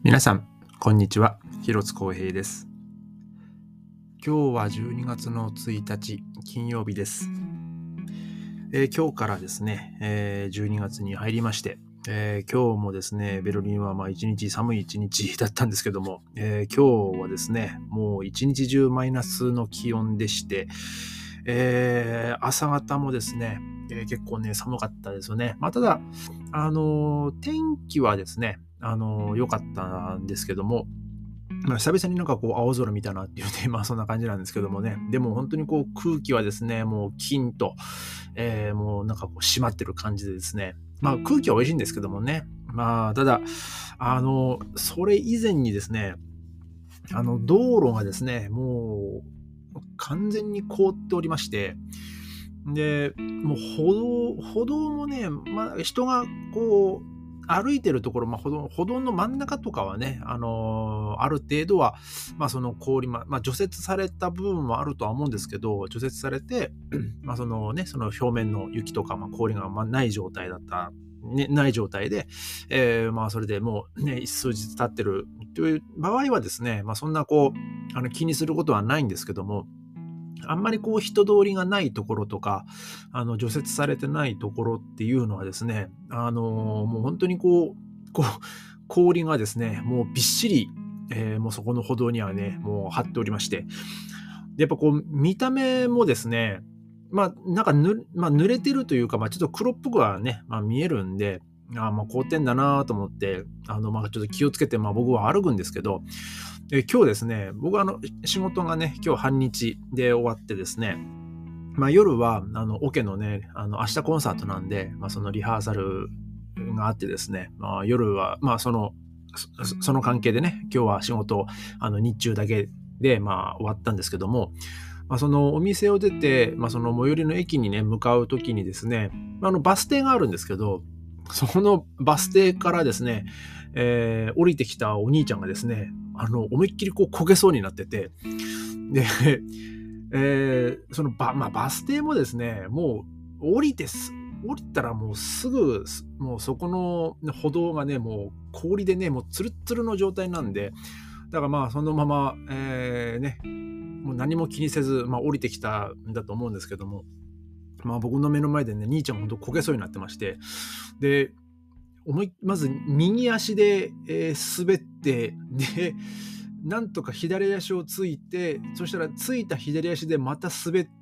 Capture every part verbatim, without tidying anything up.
皆さん、こんにちは。広津光平です。今日はじゅうにがつのついたち、金曜日です。えー今日からですね、えーじゅうにがつに入りまして、えー今日もですね、ベルリンはまあ一日寒い一日だったんですけども、えー今日はですね、もう一日中マイナスの気温でして、えー朝方もですね、えー結構ね、寒かったですよね。まあ、ただ、あのー天気はですね、あのー良かったんですけども、まあ、久々になんかこう青空見たなっていうね、まあそんな感じなんですけどもね。でも本当にこう空気はですね、もう金と、えーもうなんかこう締まってる感じでですね。まあ空気は美味しいんですけどもね。まあただ、あの、それ以前にですね、あの道路がですね、もう完全に凍っておりまして、で、もう歩道、歩道もね、まあ、人がこう、歩いてるところ、まあ、歩道歩道の真ん中とかはね、あのーある程度は、まあ、その氷、ままあ、除雪された部分もあるとは思うんですけど、除雪されて、まあ、そのね、その表面の雪とか、まあ、氷がまあない状態だった、ね、ない状態で、えーまあ、それでもうね、数日経ってるという場合はですね、まあ、そんなこう、あの気にすることはないんですけども、あんまりこう人通りがないところとか、あの除雪されてないところっていうのはですね、あのもう本当にこう、こう氷がですね、もうびっしり、えーもうそこの歩道にはね、もう張っておりまして、でやっぱこう見た目もですね、まあなんかぬ、まあ、濡れてるというか、まあ、ちょっと黒っぽくはね、まあ、見えるんで、あーまあ凍ってんだなと思って、あのまあちょっと気をつけて、まあ、僕は歩くんですけど、え今日ですね、僕はあの仕事がね、今日半日で終わってですね、まあ、夜はあのオケのね、あの明日コンサートなんで、まあ、そのリハーサルがあってですね、まあ、夜は、まあ、そのそその関係でね、今日は仕事あの日中だけで、まあ、終わったんですけども、まあ、そのお店を出て、まあ、その最寄りの駅にね向かうときにですね、まあ、あのバス停があるんですけど、そこのバス停からですね、えー降りてきたお兄ちゃんがですね、あの思いっきりこう焦げそうになってて、で、えーそのバ、まあ、バス停もですね、もう降りてす、降りたらもうすぐ、すもうそこの歩道がね、もう氷でね、もうツルッツルの状態なんで、だからまあそのまま、えーね、もう何も気にせず、まあ、降りてきたんだと思うんですけども、まあ、僕の目の前でね、兄ちゃんほんと焦げそうになってまして、で、思いまず右足で、えー滑って、で、なんとか左足をついて、そしたらついた左足でまた滑って、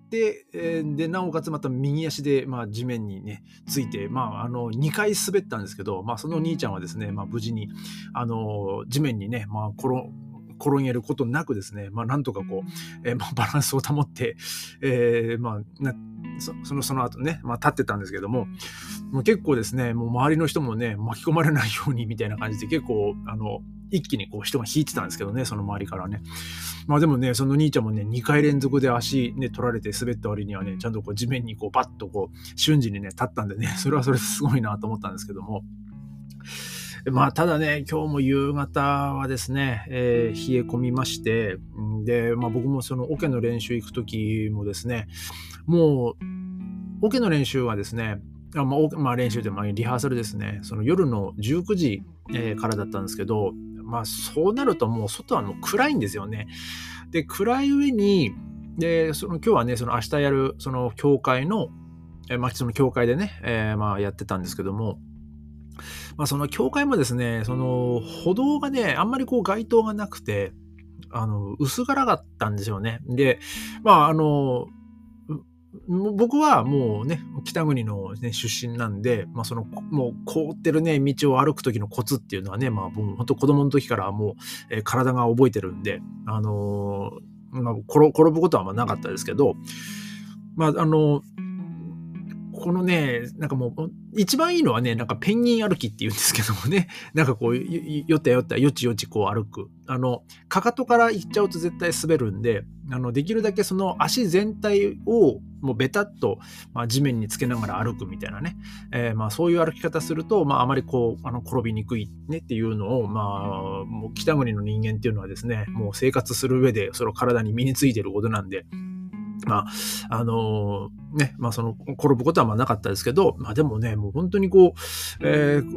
えーで、なおかつまた右足で、まあ、地面にね、ついて、まあ、あの、にかい滑ったんですけど、まあ、その兄ちゃんはですね、まあ、無事に、あの、地面にね、まあ、転転げることなくですね、まあ、なんとかこう、えーまあ、バランスを保って、えーまあ、なそそのその後ね、まあ、立ってたんですけども、もう結構ですね、もう周りの人もね、巻き込まれないようにみたいな感じで結構、あの、一気にこう人が引いてたんですけどね、その周りからね。まあでもね、その兄ちゃんもね、にかい連続で足ね、取られて滑った割にはね、ちゃんとこう地面にこうバッとこう瞬時にね、立ったんでね、それはそれですごいなと思ったんですけども。まあ、ただね、今日も夕方はですね、えー冷え込みまして、んで、まあ僕もそのオケの練習行くときもですね、もう、オケの練習はですね、あまあ、オケまあ、練習で、まあ、リハーサルですね、その夜のじゅうくじ、えーからだったんですけど、まあそうなるともう外はもう暗いんですよね。で、暗い上に、で、その今日はね、その明日やるその教会の、えーまあその教会でね、えーまあやってたんですけども、まあその教会もですね、その歩道がね、あんまりこう街灯がなくて、あの、薄暗かったんですよね。で、まああの、う僕はもうね、北国の、ね、出身なんで、まあ、その、もう凍ってるね、道を歩く時のコツっていうのはね、まあ、もう本当子供の時からもう、えー体が覚えてるんで、あのーまあ、転転ぶことはまあなかったですけど、まあ、あのこのね、なんかもう、一番いいのはね、なんかペンギン歩きって言うんですけどもね、なんかこう、よよったよった、よちよちこう歩く。あの、かかとから行っちゃうと絶対滑るんで、あの、できるだけその足全体をもうベタっと、まあ、地面につけながら歩くみたいなね、えーまあそういう歩き方すると、まああまりこう、あの、転びにくいねっていうのを、まあ、もう北国の人間っていうのはですね、もう生活する上で、その体に身についてることなんで、まあ、あのーね、まあその、転ぶことはまあなかったですけど、まあでもね、もう本当にこう、えー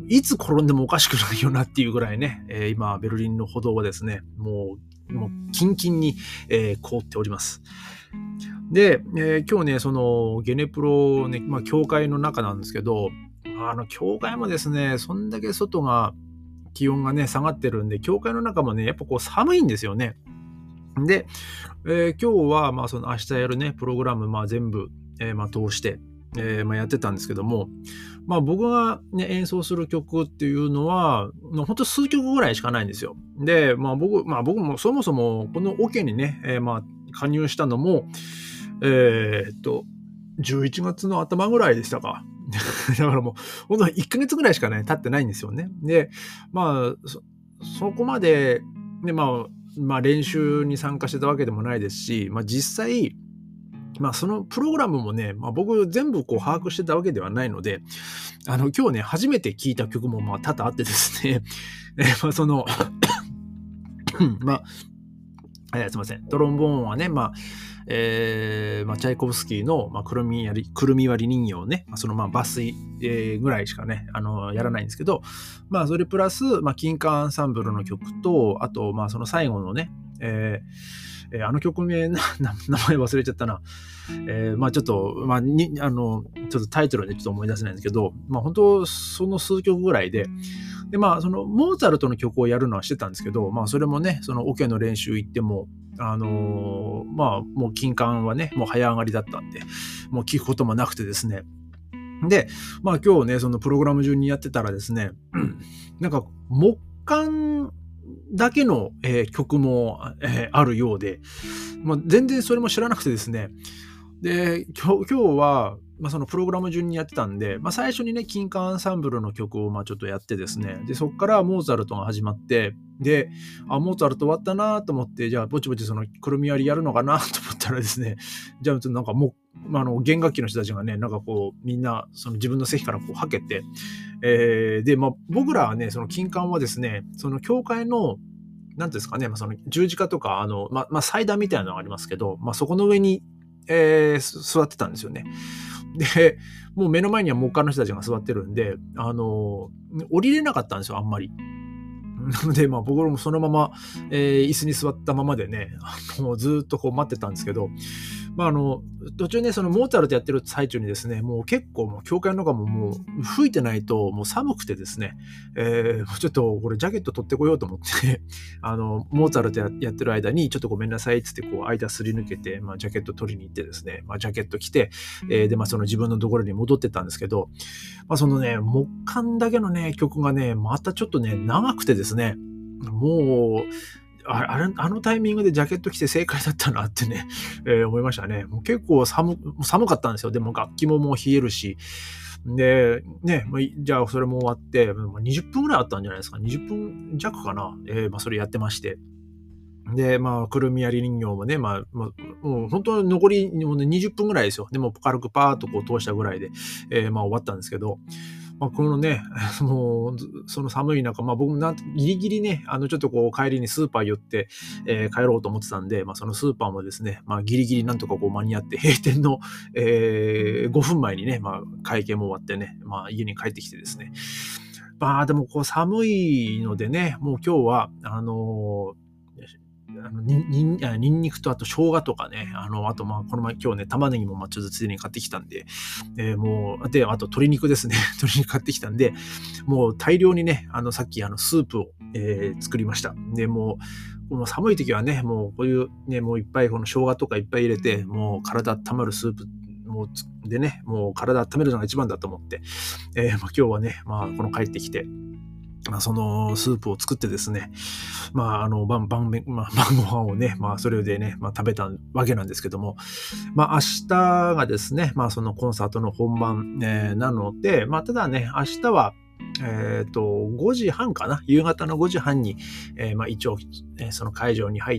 いつ転んでもおかしくないよなっていうぐらいね、えー、今、ベルリンの歩道はですね、もう、もう、キンキンに、えー、凍っております。で、えー、今日ね、その、ゲネプロね、まあ、教会の中なんですけど、あの、教会もですね、そんだけ外が、気温がね、下がってるんで、教会の中もね、やっぱこう寒いんですよね。で、えー、今日は、まあ、その明日やるね、プログラム、まあ、全部、えー、まあ、通して、えーまあ、やってたんですけども、まあ、僕が、ね、演奏する曲っていうのは、本当数曲ぐらいしかないんですよ。で、まあ、僕、まあ、僕もそもそもこのオケにね、えー、まあ、加入したのも、えー、っと、じゅういちがつの頭ぐらいでしたか。だからもう、本当にいっかげつぐらいしかね、経ってないんですよね。で、まあ、そ、そこまで、ね、まあ、まあ練習に参加してたわけでもないですし、まあ実際、まあそのプログラムもね、まあ僕全部こう把握してたわけではないので、あの今日ね、初めて聴いた曲もまあ多々あってですね、えまあその、まあ、えーすいません、トロンボーンはね、まあ、えーまあ、チャイコフスキーの、まあ、くるみ割り、くるみ割り人形をね、まあ、そのまあ抜粋、えーぐらいしかね、あのやらないんですけど、まあそれプラス、まあ、金管アンサンブルの曲と、あと、まあその最後のね、えーえーあの曲名な、な名前忘れちゃったな。えーまあちょっと、まあに、あの、ちょっとタイトルでちょっと思い出せないんですけど、まあ本当その数曲ぐらいで、で、まあそのモーツァルトの曲をやるのはしてたんですけど、まあそれもね、そのオケの練習行っても、あのーまあもう金管はね、もう早上がりだったんで、もう聞くこともなくてですね。で、まあ今日ね、そのプログラム中にやってたらですね、なんか木管だけの、えー曲も、えーあるようで、まあ、全然それも知らなくてですね。で、今日今日は、まあ、そのプログラム順にやってたんで、まあ、最初にね、金管アンサンブルの曲をまあちょっとやってですね、で、そこからモーツァルトが始まって、で、あ、モーツァルト終わったなと思って、じゃあ、ぼちぼちそのくるみ割りやるのかなと思ったらですね、じゃあ、なんかもう、あの、弦楽器の人たちがね、なんかこう、みんな、その自分の席からこう、はけて、えー、で、まあ、僕らはね、その金管はですね、その教会の、なんていうんですかね、まあ、その十字架とか、あの、まあ、まあ、祭壇みたいなのがありますけど、まあ、そこの上に、えー、座ってたんですよね。で、もう目の前には木管の人たちが座ってるんで、あの、降りれなかったんですよ、あんまり。なので、まあ僕もそのまま、えー椅子に座ったままでね、あのずーっとこう待ってたんですけど、まああの、途中ね、そのモーツァルトやってる最中にですね、もう結構もう教会の中ももう吹いてないともう寒くてですね、えー、ちょっとこれジャケット取ってこようと思って、あの、モーツァルトややってる間にちょっとごめんなさいっつってこう間すり抜けて、まあジャケット取りに行ってですね、まあジャケット着て、えーで、まあその自分のところに戻ってったんですけど、まあそのね、木管だけのね、曲がね、またちょっとね、長くてですね、もう、ああれあのタイミングでジャケット着て正解だったなってね、えー思いましたね。もう結構寒寒かったんですよ。でも楽器ももう冷えるし。で、ね、まあ、いじゃあそれも終わって、まあにじゅっぷんぐらいあったんじゃないですか。にじゅっぷん弱かな。えーまあそれやってまして。で、まあ、くるみ割り人形もね、まあ、まあ、もう本当に残りもう、ね、にじゅっぷんぐらいですよ。でも軽くパーッとこう通したぐらいで、えーまあ終わったんですけど、まあ、このね、もう、ずその寒い中、まあ僕もなんギリギリね、あのちょっとこう帰りにスーパー寄って、えー帰ろうと思ってたんで、まあそのスーパーもですね、まあギリギリなんとかこう間に合って閉店の、えーごふんまえにね、まあ会計も終わってね、まあ家に帰ってきてですね。まあでもこう寒いのでね、もう今日は、あのーあのににんあニンニクとあと生姜とかね、あの、あとまあこの前今日ね、玉ねぎもまあちょっとついでに買ってきたんで、えーもう、で、あと鶏肉ですね。鶏肉買ってきたんで、もう大量にね、あの、さっきあの、スープを、えー作りました。で、もう、この寒い時はね、もうこういうね、もういっぱいこの生姜とかいっぱい入れて、もう体温まるスープ、もうつでね、もう体温めるのが一番だと思って、えーまあ、今日はね、まあこの帰ってきて、まあ、そのスープを作ってですね、まあ、あの、晩、晩め、まあ、晩ご飯をね、まあ、それでね、まあ、食べたわけなんですけども、まあ、明日がですね、まあ、そのコンサートの本番、えーなので、まあ、ただね、明日は、えっと、ごじはんかな、夕方のごじはんに、えーまあ、一応、えーその会場に入って、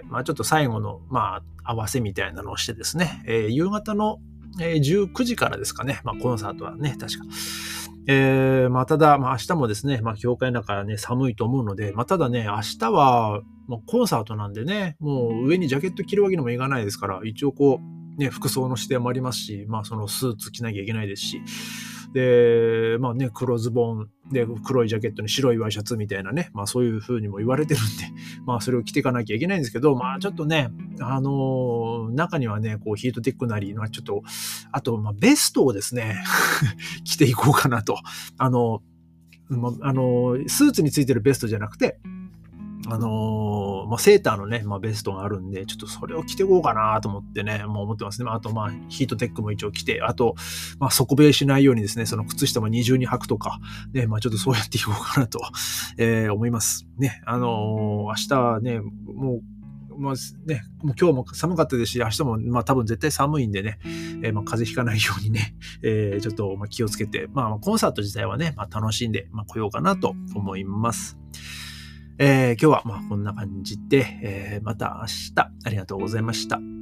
まあ、ちょっと最後の、まあ、合わせみたいなのをしてですね、えー夕方の、えーじゅうくじからですかね、まあ、コンサートはね、確か。えー、まあ、ただ、まあ、明日もですね、まあ、教会の中はね、寒いと思うので、まあ、ただね、明日は、もうコンサートなんでね、もう上にジャケット着るわけにもいかないですから、一応こう、ね、服装の指定もありますし、まあ、そのスーツ着なきゃいけないですし、で、まあね、黒ズボン、 で、黒いジャケットに白いワイシャツみたいなね、まあそういう風にも言われてるんで、まあそれを着ていかなきゃいけないんですけど、まあちょっとね、あのー中にはね、こうヒートテックなり、まあちょっと、あと、まあベストをですね、着ていこうかなと。あの、まあの、スーツについてるベストじゃなくて、あのーまあ、セーターのね、まあ、ベストがあるんで、ちょっとそれを着ていこうかなと思ってね、もう思ってますね。まあ、あと、まあ、ヒートテックも一応着て、あと、まあ、底冷えしないようにですね、その靴下も二重に履くとか、ね、まあ、ちょっとそうやっていこうかなと、えー思います。ね、あのー明日ね、もう、まあね、もう今日も寒かったですし、明日もまあ多分絶対寒いんでね、えーまあ風邪ひかないようにね、えーちょっとまあ気をつけて、まあコンサート自体はね、まあ楽しんで、まあ来ようかなと思います。えー今日はまあこんな感じで、えーまた明日ありがとうございました。